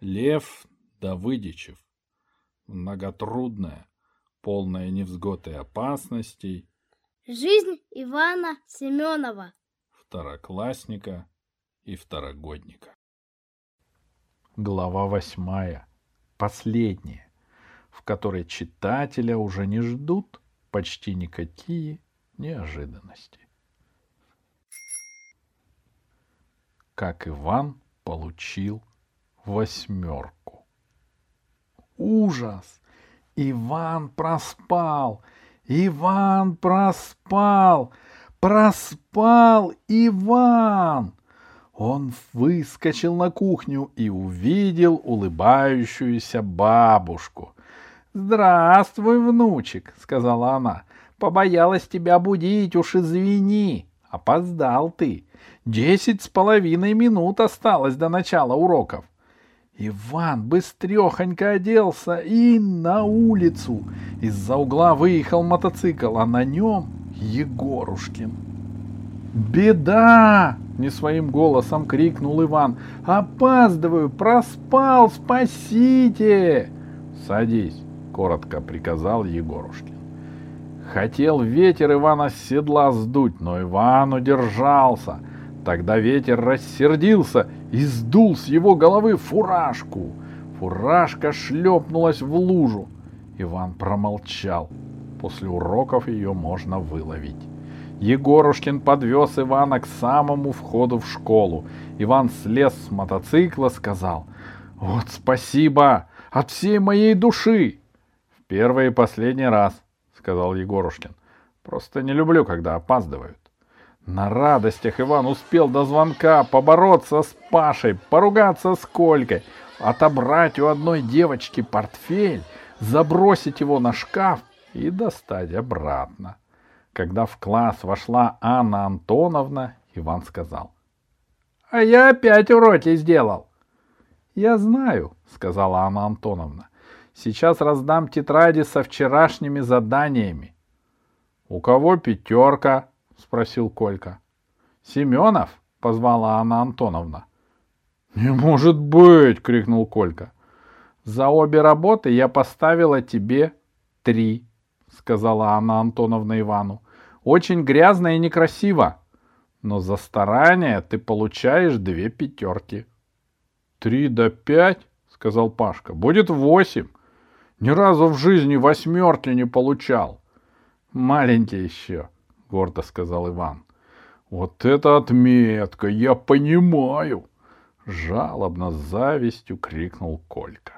Лев Давыдичев. Многотрудная, полная невзгод и опасностей. Жизнь Ивана Семенова. Второклассника и второгодника. Глава 8. Последняя, в которой читателя уже не ждут почти никакие неожиданности. Как Иван получил 8. Ужас! Иван проспал! Иван проспал! Проспал Иван! Он выскочил на кухню и увидел улыбающуюся бабушку. — Здравствуй, внучек, — сказала она. — Побоялась тебя будить, уж извини. Опоздал ты. 10,5 минут осталось до начала уроков. Иван быстрехонько оделся и на улицу. Из-за угла выехал мотоцикл, а на нем Егорушкин. «Беда!» — не своим голосом крикнул Иван. «Опаздываю! Проспал! Спасите!» «Садись!» — коротко приказал Егорушкин. Хотел ветер Ивана с седла сдуть, но Иван удержался. Тогда ветер рассердился и сдул с его головы фуражку. Фуражка шлепнулась в лужу. Иван промолчал. После уроков ее можно выловить. Егорушкин подвез Ивана к самому входу в школу. Иван слез с мотоцикла, сказал: «Вот спасибо! От всей моей души!» «В первый и последний раз», — сказал Егорушкин. «Просто не люблю, когда опаздывают». На радостях Иван успел до звонка побороться с Пашей, поругаться с Колькой, отобрать у одной девочки портфель, забросить его на шкаф и достать обратно. Когда в класс вошла Анна Антоновна, Иван сказал: — А я опять уроки сделал. — Я знаю, — сказала Анна Антоновна. — Сейчас раздам тетради со вчерашними заданиями. — У кого 5? — спросил Колька. — Семенов? — позвала Анна Антоновна. — Не может быть! — крикнул Колька. — За обе работы я поставила тебе 3, — сказала Анна Антоновна Ивану. — Очень грязно и некрасиво, но за старание ты получаешь 2 5. — 3 до 5, — сказал Пашка, — будет 8. Ни разу в жизни 8 не получал. — Маленький еще, — гордо сказал Иван. — Вот это отметка, я понимаю! — жалобно с завистью крикнул Колька.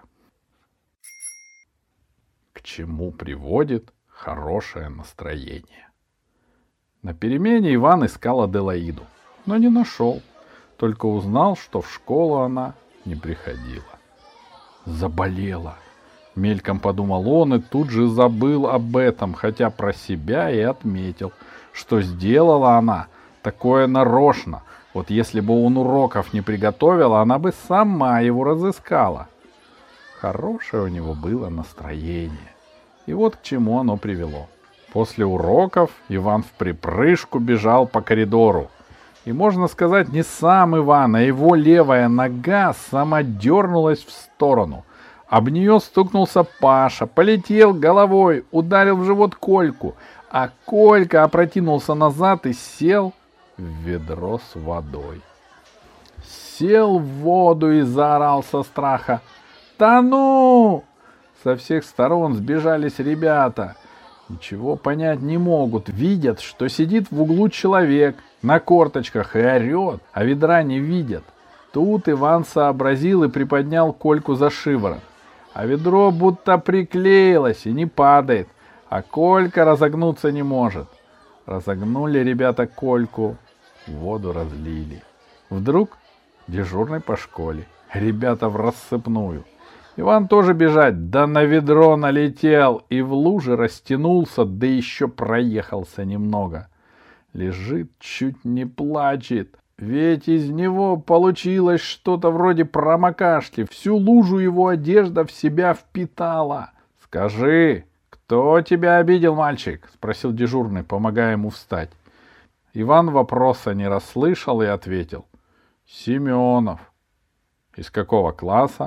К чему приводит хорошее настроение? На перемене Иван искал Аделаиду, но не нашел, только узнал, что в школу она не приходила. Заболела. Мельком подумал он и тут же забыл об этом, хотя про себя и отметил, что сделала она такое нарочно. Вот если бы он уроков не приготовила, она бы сама его разыскала. Хорошее у него было настроение. И вот к чему оно привело. После уроков Иван вприпрыжку бежал по коридору. И, можно сказать, не сам Иван, а его левая нога сама дернулась в сторону. Об нее стукнулся Паша, полетел головой, ударил в живот Кольку, а Колька опрокинулся назад и сел в ведро с водой. Сел в воду и заорал со страха: «Тону!» Со всех сторон сбежались ребята. Ничего понять не могут, видят, что сидит в углу человек на корточках и орет, а ведра не видят. Тут Иван сообразил и приподнял Кольку за шиворот. А ведро будто приклеилось и не падает, а Колька разогнуться не может. Разогнули ребята Кольку, воду разлили. Вдруг дежурный по школе, ребята в рассыпную. Иван тоже бежать, да на ведро налетел и в луже растянулся, да еще проехался немного. Лежит, чуть не плачет, ведь из него получилось что-то вроде промокашки, всю лужу его одежда в себя впитала. — Скажи, кто тебя обидел, мальчик? — спросил дежурный, помогая ему встать. Иван вопроса не расслышал и ответил: — Семенов. — Из какого класса?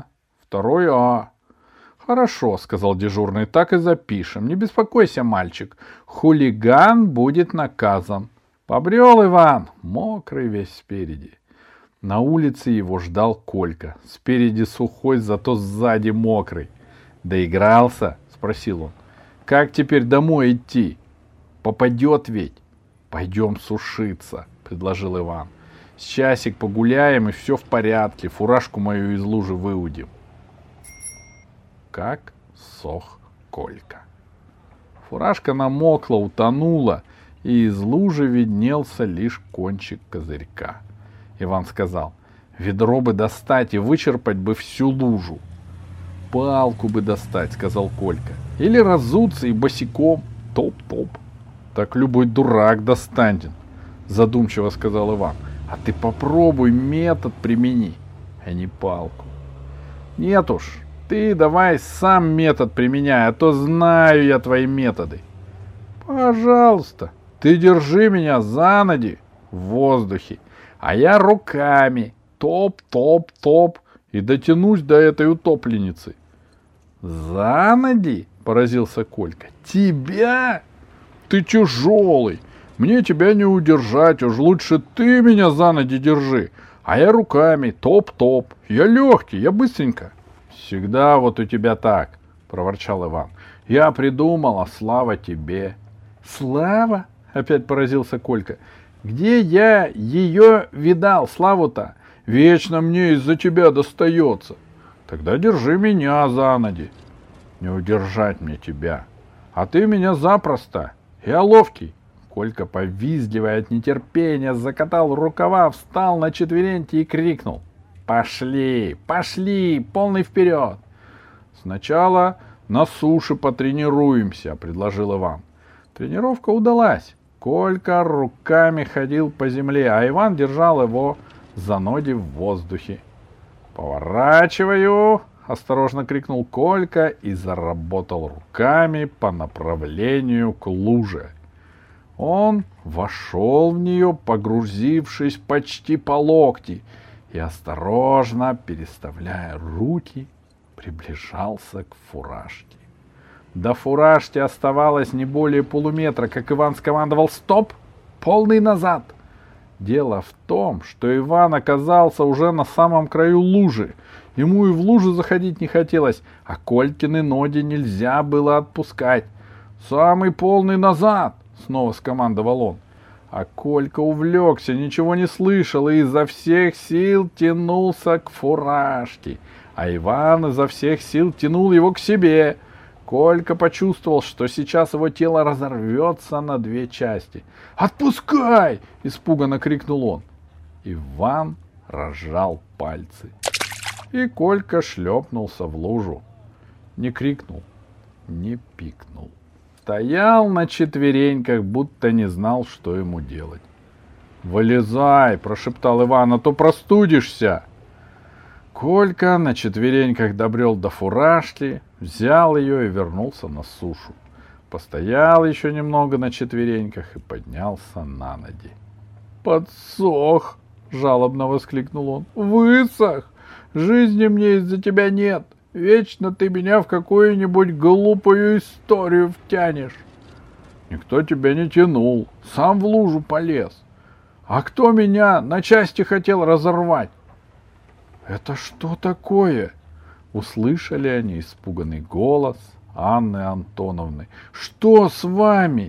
Второй А. Хорошо, сказал дежурный, так и запишем. Не беспокойся, мальчик. Хулиган будет наказан. Побрел Иван, мокрый весь спереди. На улице его ждал Колька. Спереди сухой, зато сзади мокрый. Доигрался? Спросил он. Как теперь домой идти? Попадет ведь. Пойдем сушиться, предложил Иван. С часик погуляем, и все в порядке. Фуражку мою из лужи выудим. Как сох Колька. Фуражка намокла, утонула, и из лужи виднелся лишь кончик козырька. Иван сказал, ведро бы достать и вычерпать бы всю лужу. Палку бы достать, сказал Колька, или разуться и босиком топ-топ. Так любой дурак достанет, задумчиво сказал Иван. А ты попробуй метод примени, а не палку. Нет уж, ты давай сам метод применяй, а то знаю я твои методы. Пожалуйста, ты держи меня за ноги в воздухе, а я руками топ-топ-топ и дотянусь до этой утопленницы. За ноги? Поразился Колька. Тебя? Ты тяжелый. Мне тебя не удержать, уж лучше ты меня за ноги держи, а я руками топ-топ. Я легкий, я быстренько. Всегда вот у тебя так, проворчал Иван. Я придумал, а слава тебе. Слава? Опять поразился Колька. Где я ее видал, славу-то? Вечно мне из-за тебя достается. Тогда держи меня за ноги. Не удержать мне тебя. А ты меня запросто. Я ловкий. Колька, повизгивая от нетерпения, закатал рукава, встал на четвереньки и крикнул. Пошли, пошли, полный вперед. Сначала на суше потренируемся, предложил Иван. Тренировка удалась. Колька руками ходил по земле, а Иван держал его за ноги в воздухе. «Поворачиваю!» — осторожно крикнул Колька и заработал руками по направлению к луже. Он вошел в нее, погрузившись почти по локти, и, осторожно переставляя руки, приближался к фуражке. До фуражки оставалось не более полуметра, как Иван скомандовал «Стоп! Полный назад!». Дело в том, что Иван оказался уже на самом краю лужи. Ему и в лужу заходить не хотелось, а Колькины ноги нельзя было отпускать. «Самый полный назад!» — снова скомандовал он. А Колька увлекся, ничего не слышал и изо всех сил тянулся к фуражке, а Иван изо всех сил тянул его к себе. Колька почувствовал, что сейчас его тело разорвется на две части. «Отпускай!» — испуганно крикнул он. Иван разжал пальцы. И Колька шлепнулся в лужу. Не крикнул, не пикнул. Стоял на четвереньках, будто не знал, что ему делать. «Вылезай!» — прошептал Иван, — «а то простудишься!» Колька на четвереньках добрел до фуражки, взял ее и вернулся на сушу. Постоял еще немного на четвереньках и поднялся на ноги. «Подсох!» — жалобно воскликнул он. «Высох! Жизни мне из-за тебя нет! Вечно ты меня в какую-нибудь глупую историю втянешь!» «Никто тебя не тянул, сам в лужу полез. А кто меня на части хотел разорвать?» «Это что такое?» — услышали они испуганный голос Анны Антоновны. «Что с вами?»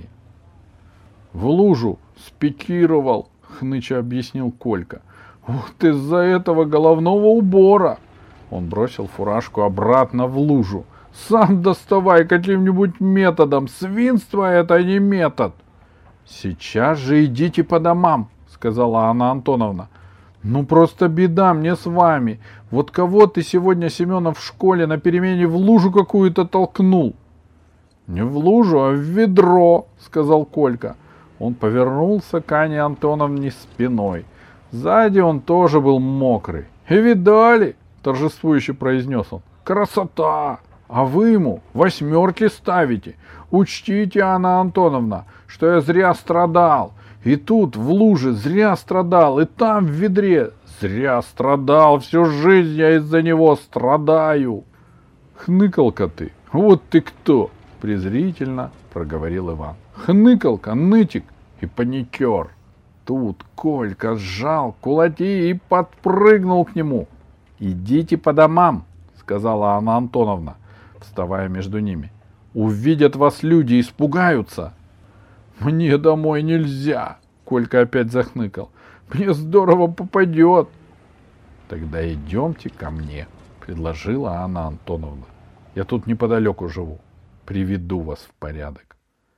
«В лужу спикировал», — хныча объяснил Колька. «Вот из-за этого головного убора». Он бросил фуражку обратно в лужу. «Сам доставай каким-нибудь методом. Свинство — это не метод». «Сейчас же идите по домам», — сказала Анна Антоновна. «Ну просто беда мне с вами. Вот кого ты сегодня, Семенов, в школе на перемене в лужу какую-то толкнул?» «Не в лужу, а в ведро», — сказал Колька. Он повернулся к Анне Антоновне спиной. Сзади он тоже был мокрый. «И видали?» — торжествующе произнес он. «Красота! А вы ему 8 ставите. Учтите, Анна Антоновна, что я зря страдал. И тут в луже зря страдал, и там в ведре Зря страдал, всю жизнь я из-за него страдаю. Хныкалка ты, вот ты кто, презрительно проговорил Иван. Хныкалка, нытик и паникер. Тут Колька сжал кулаки и подпрыгнул к нему. «Идите по домам», — сказала Анна Антоновна, вставая между ними. «Увидят вас люди, испугаются». «Мне домой нельзя», — Колька опять захныкал. «Мне здорово попадет». «Тогда идемте ко мне», — предложила Анна Антоновна. «Я тут неподалеку живу. Приведу вас в порядок».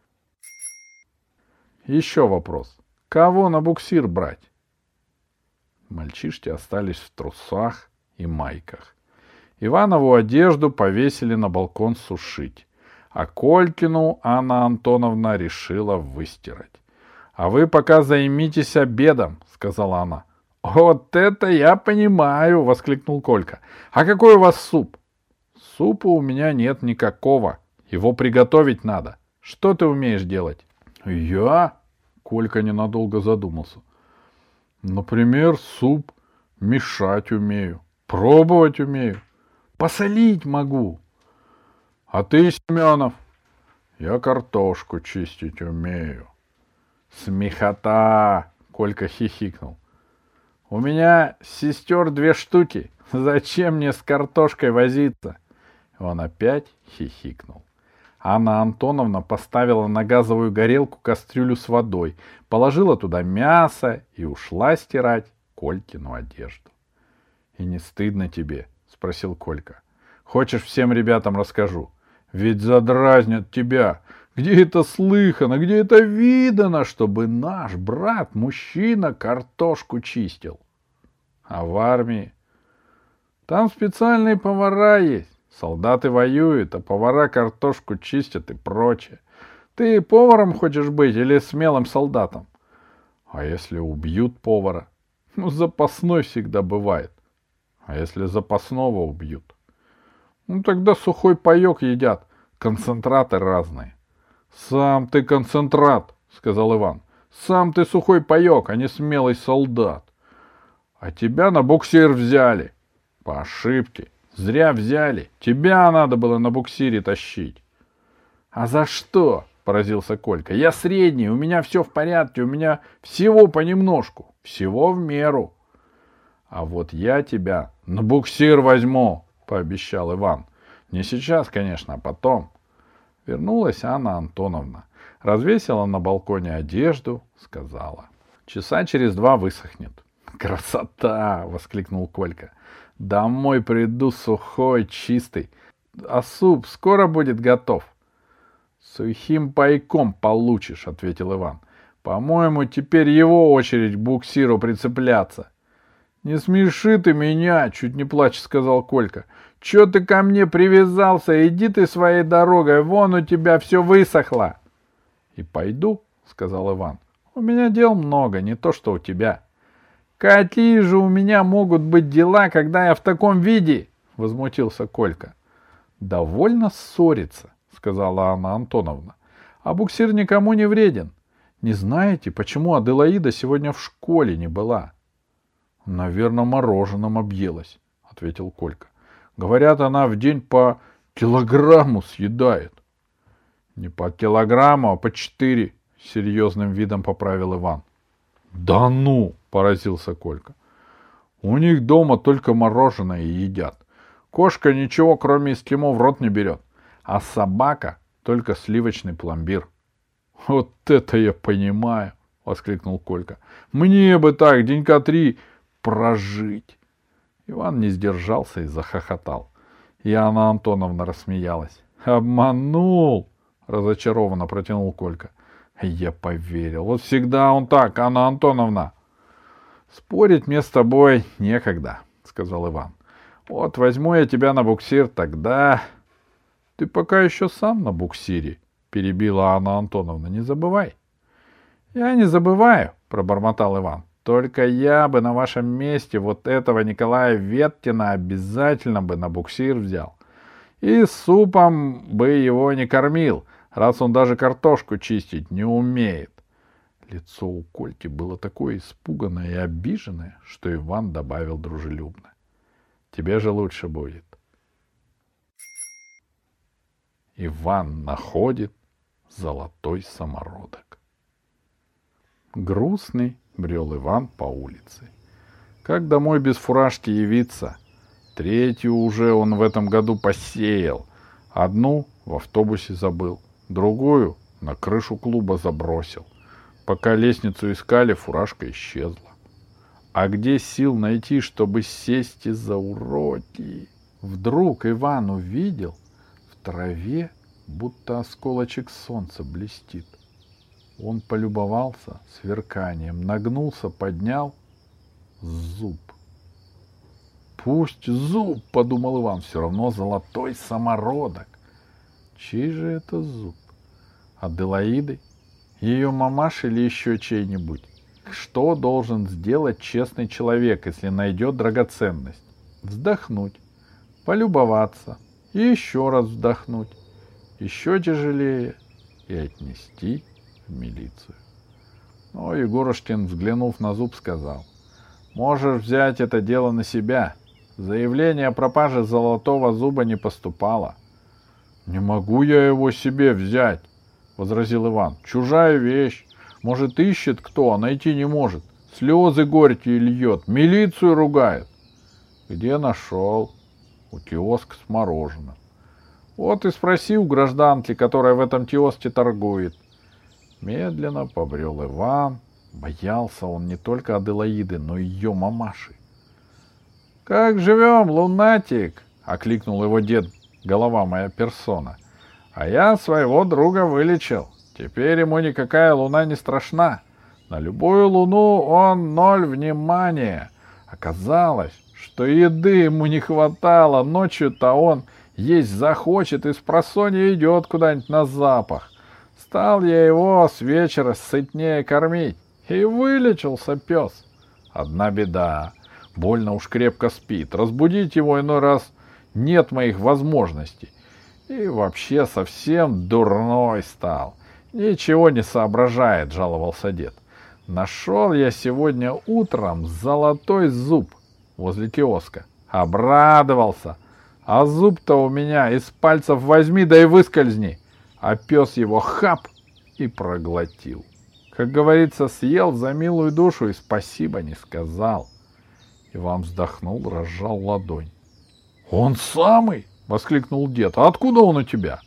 Еще вопрос. Кого на буксир брать? Мальчишки остались в трусах и майках. Иванову одежду повесили на балкон сушить, а Колькину Анна Антоновна решила выстирать. «А вы пока займитесь обедом», — сказала она. «Вот это я понимаю!» — воскликнул Колька. «А какой у вас суп?» «Супа у меня нет никакого. Его приготовить надо. Что ты умеешь делать?» «Я?» — Колька ненадолго задумался. «Например, суп мешать умею, пробовать умею, посолить могу». «А ты, Семенов?» «Я картошку чистить умею». «Смехота!» — Колька хихикнул. «У меня сестер 2 штуки. Зачем мне с картошкой возиться?» Он опять хихикнул. Анна Антоновна поставила на газовую горелку кастрюлю с водой, положила туда мясо и ушла стирать Колькину одежду. «И не стыдно тебе?» — спросил Колька. «Хочешь, всем ребятам расскажу? Ведь задразнят тебя. Где это слыхано, где это видано, чтобы наш брат-мужчина картошку чистил? А в армии? Там специальные повара есть. Солдаты воюют, а повара картошку чистят и прочее. Ты поваром хочешь быть или смелым солдатом? А если убьют повара? Ну, запасной всегда бывает. А если запасного убьют? Ну, тогда сухой паёк едят, концентраты разные». «Сам ты концентрат», — сказал Иван. «Сам ты сухой паёк, а не смелый солдат. А тебя на буксир взяли. По ошибке. Зря взяли. Тебя надо было на буксире тащить». «А за что?» — поразился Колька. «Я средний, у меня все в порядке, у меня всего понемножку, всего в меру». «А вот я тебя на буксир возьму», — пообещал Иван. «Не сейчас, конечно, а потом». Вернулась Анна Антоновна, развесила на балконе одежду, сказала: «Часа через 2 высохнет». «Красота!» — воскликнул Колька. «Домой приду сухой, чистый. А суп скоро будет готов?» «Сухим пайком получишь», — ответил Иван. «По-моему, теперь его очередь к буксиру прицепляться». «Не смеши ты меня!» — чуть не плача сказал Колька. «Чё ты ко мне привязался? Иди ты своей дорогой, вон у тебя все высохло». «И пойду», — сказал Иван. «У меня дел много, не то что у тебя». «Какие же у меня могут быть дела, когда я в таком виде?» — возмутился Колька. «Довольно ссориться», — сказала Анна Антоновна. «А буксир никому не вреден. Не знаете, почему Аделаида сегодня в школе не была?» «Наверное, мороженым объелась», — ответил Колька. «Говорят, она в день по килограмму съедает». «Не по килограмму, а по 4», — серьезным видом поправил Иван. «Да ну!» — поразился Колька. «У них дома только мороженое и едят. Кошка ничего, кроме эскимо, в рот не берет, а собака только сливочный пломбир». «Вот это я понимаю!» — воскликнул Колька. «Мне бы так денька 3 прожить». Иван не сдержался и захохотал. И Анна Антоновна рассмеялась. «Обманул!» — разочарованно протянул Колька. «Я поверил. Вот всегда он так, Анна Антоновна». «Спорить мне с тобой некогда», — сказал Иван. «Вот возьму я тебя на буксир, тогда...» «Ты пока еще сам на буксире», — перебила Анна Антоновна. «Не забывай». «Я не забываю», — пробормотал Иван. «Только я бы на вашем месте вот этого Николая Веткина обязательно бы на буксир взял. И супом бы его не кормил, раз он даже картошку чистить не умеет. Лицо у Кольки было такое испуганное и обиженное, что Иван добавил дружелюбно: «Тебе же лучше будет». Иван находит золотой самородок. Грустный брел Иван по улице. Как домой без фуражки явиться? Третью уже он в этом году посеял. Одну в автобусе забыл, другую на крышу клуба забросил. Пока лестницу искали, фуражка исчезла. А где сил найти, чтобы сесть из-за уроки? Вдруг Иван увидел, в траве будто осколочек солнца блестит. Он полюбовался сверканием, нагнулся, поднял зуб. «Пусть зуб», — подумал Иван, — «все равно золотой самородок». Чей же это зуб? Аделаиды? Ее мамаши или еще чей-нибудь? Что должен сделать честный человек, если найдет драгоценность? Вздохнуть, полюбоваться и еще раз вздохнуть, еще тяжелее, и отнести в милицию. Но Егорушкин, взглянув на зуб, сказал: «Можешь взять это дело на себя. Заявление о пропаже золотого зуба не поступало». «Не могу я его себе взять», — возразил Иван. «Чужая вещь. Может, ищет кто, а найти не может. Слезы горькие льет, милицию ругает». «Где нашел?» «У киоска с мороженым». «Вот и спроси у гражданки, которая в этом киоске торгует». Медленно побрел Иван. Боялся он не только Аделаиды, но и ее мамаши. «Как живем, лунатик?» — окликнул его дед, голова моя персона. «А я своего друга вылечил. Теперь ему никакая луна не страшна. На любую луну он 0 внимания. Оказалось, что еды ему не хватало. Ночью-то он есть захочет и спросонья идет куда-нибудь на запах. Стал я его с вечера сытнее кормить. И вылечился пес. Одна беда. Больно уж крепко спит. Разбудить его иной раз нет моих возможностей. И вообще совсем дурной стал. Ничего не соображает», — жаловался дед. «Нашел я сегодня утром золотой зуб возле киоска. Обрадовался. А зуб-то у меня из пальцев возьми да и выскользни». А пес его хап и проглотил. Как говорится, съел за милую душу и спасибо не сказал. Иван вздохнул, разжал ладонь. «Он самый!» — воскликнул дед. «А откуда он у тебя?»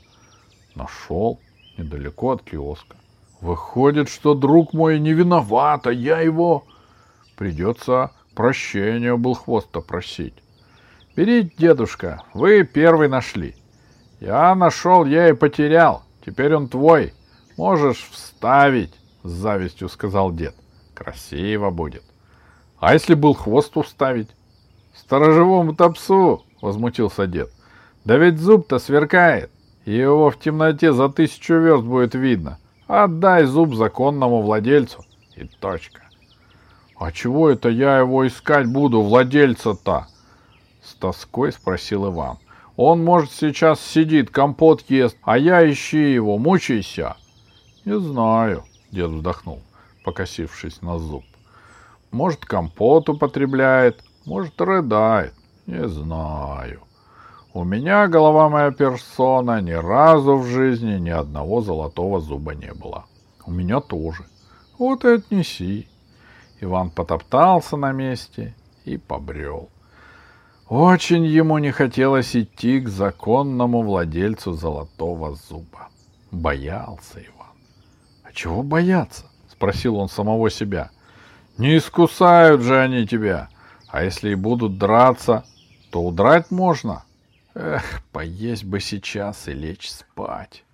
«Нашел недалеко от киоска». «Выходит, что друг мой не виноват, а я его...» «Придется прощения был хвоста просить». «Берите, дедушка, вы первый нашли. Я нашел, я и потерял. Теперь он твой. Можешь вставить», — с завистью сказал дед. «Красиво будет». «А если был хвост вставить?» «Сторожевому-то псу», — возмутился дед. «Да ведь зуб-то сверкает, и его в темноте за 1000 верст будет видно. Отдай зуб законному владельцу, и точка». «А чего это я его искать буду, владельца-то?» — с тоской спросил Иван. «Он, может, сейчас сидит, компот ест, а я ищи его, мучайся». «Не знаю», — дед вздохнул, покосившись на зуб. «Может, компот употребляет, может, рыдает, не знаю. У меня, голова моя персона, ни разу в жизни ни одного золотого зуба не было. У меня тоже. Вот и отнеси». Иван потоптался на месте и побрел. Очень ему не хотелось идти к законному владельцу золотого зуба. Боялся Иван. «А чего бояться?» — спросил он самого себя. «Не искусают же они тебя. А если и будут драться, то удрать можно. Эх, поесть бы сейчас и лечь спать.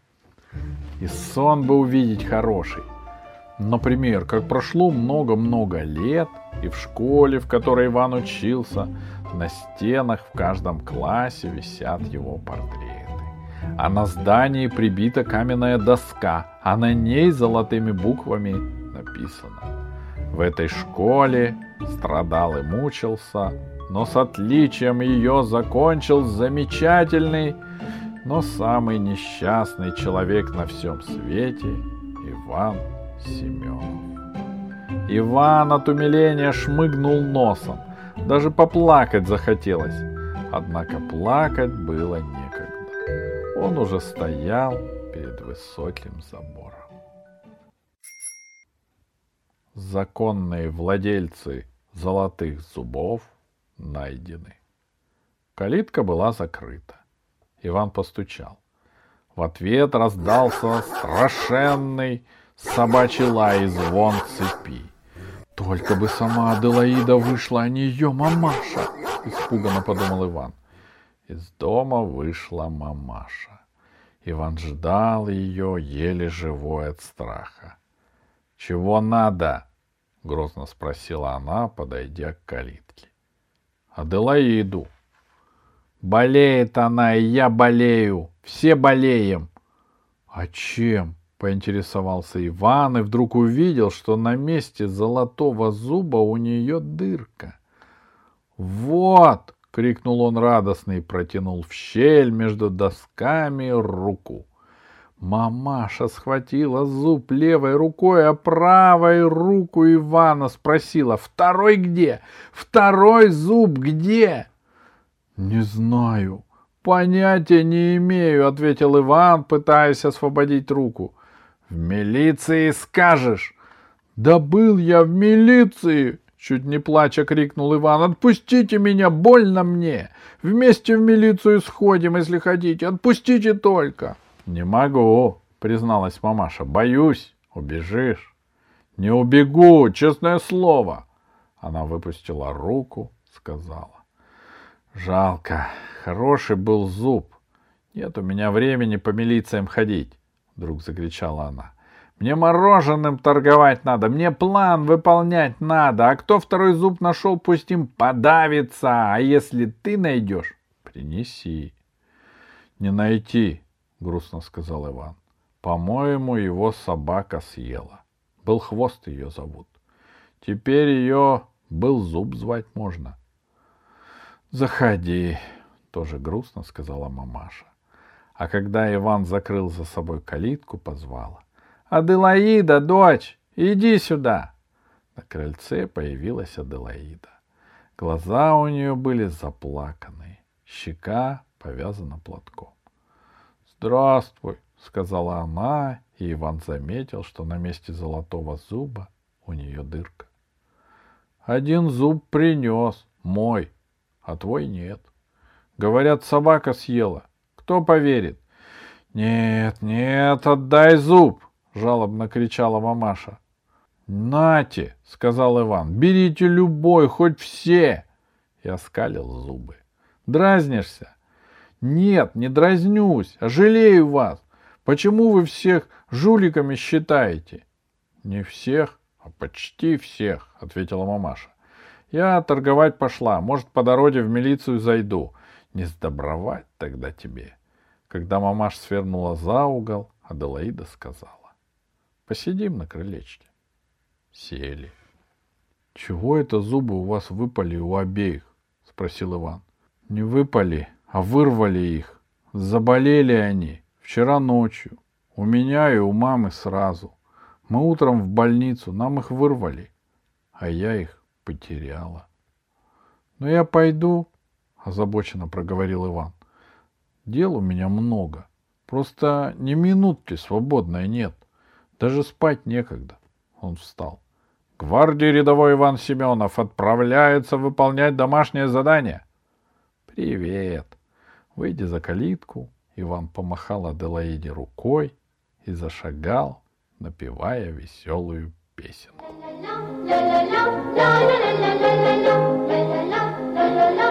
И сон бы увидеть хороший. Например, как прошло много-много лет, и в школе, в которой Иван учился, на стенах в каждом классе висят его портреты. А на здании прибита каменная доска, а на ней золотыми буквами написано: «В этой школе страдал и мучился, но с отличием ее закончил замечательный, но самый несчастный человек на всем свете Иван Семенов». Иван от умиления шмыгнул носом. Даже поплакать захотелось. Однако плакать было некогда. Он уже стоял перед высоким забором. Законные владельцы золотых зубов найдены. Калитка была закрыта. Иван постучал. В ответ раздался страшенный собачий лай и звон цепи. Только бы сама Аделаида вышла, а не ее мамаша, испуганно подумал Иван. Из дома вышла мамаша. Иван ждал ее, еле живой от страха. — Чего надо? — грозно спросила она, подойдя к калитке. — Аделаиду. — Болеет она, и я болею. Все болеем. — А чем? — поинтересовался Иван и вдруг увидел, что на месте золотого зуба у нее дырка. — Вот! — крикнул он радостно и протянул в щель между досками руку. Мамаша схватила зуб левой рукой, а правой руку Ивана спросила: «Второй где? Второй зуб где?» «Не знаю, понятия не имею», — ответил Иван, пытаясь освободить руку. «В милиции скажешь». «Да был я в милиции!» — чуть не плача крикнул Иван. «Отпустите меня, больно мне! Вместе в милицию сходим, если хотите. Отпустите только!» «Не могу», — призналась мамаша. «Боюсь, убежишь». «Не убегу, честное слово». Она выпустила руку, сказала: «Жалко, хороший был зуб. Нет у меня времени по милициям ходить», — вдруг закричала она. «Мне мороженым торговать надо, мне план выполнять надо, а кто второй зуб нашел, пусть им подавится, а если ты найдешь, принеси». «Не найти», — грустно сказал Иван. «По-моему, его собака съела. Был хвост ее зовут. Теперь ее был зуб звать можно». «Заходи», — тоже грустно сказала мамаша. А когда Иван закрыл за собой калитку, позвала: «Аделаида, дочь, иди сюда!» На крыльце появилась Аделаида. Глаза у нее были заплаканные, щека повязана платком. «Здравствуй», — сказала она, и Иван заметил, что на месте золотого зуба у нее дырка. «Один зуб принес, мой, а твой нет. Говорят, собака съела. Кто поверит?» «Нет, нет, отдай зуб!» — жалобно кричала мамаша. «Нате!» — сказал Иван. «Берите любой, хоть все!» И оскалил зубы. «Дразнишься?» «Нет, не дразнюсь, а жалею вас. Почему вы всех жуликами считаете?» «Не всех, а почти всех», — ответила мамаша. «Я торговать пошла, может, по дороге в милицию зайду. Не сдобровать тогда тебе». Когда мамаша свернула за угол, Аделаида сказала: «Посидим на крылечке». Сели. «Чего это зубы у вас выпали у обеих?» — спросил Иван. «Не выпали, а вырвали их. Заболели они вчера ночью. У меня и у мамы сразу. Мы утром в больницу, нам их вырвали, а я их потеряла». «Но я пойду», — озабоченно проговорил Иван. «Дел у меня много. Просто ни минутки свободной нет. Даже спать некогда». Он встал. «Гвардии рядовой Иван Семенов отправляется выполнять домашнее задание». «Привет». Выйдя за калитку, Иван помахал Аделаиде рукой и зашагал, напевая веселую песенку.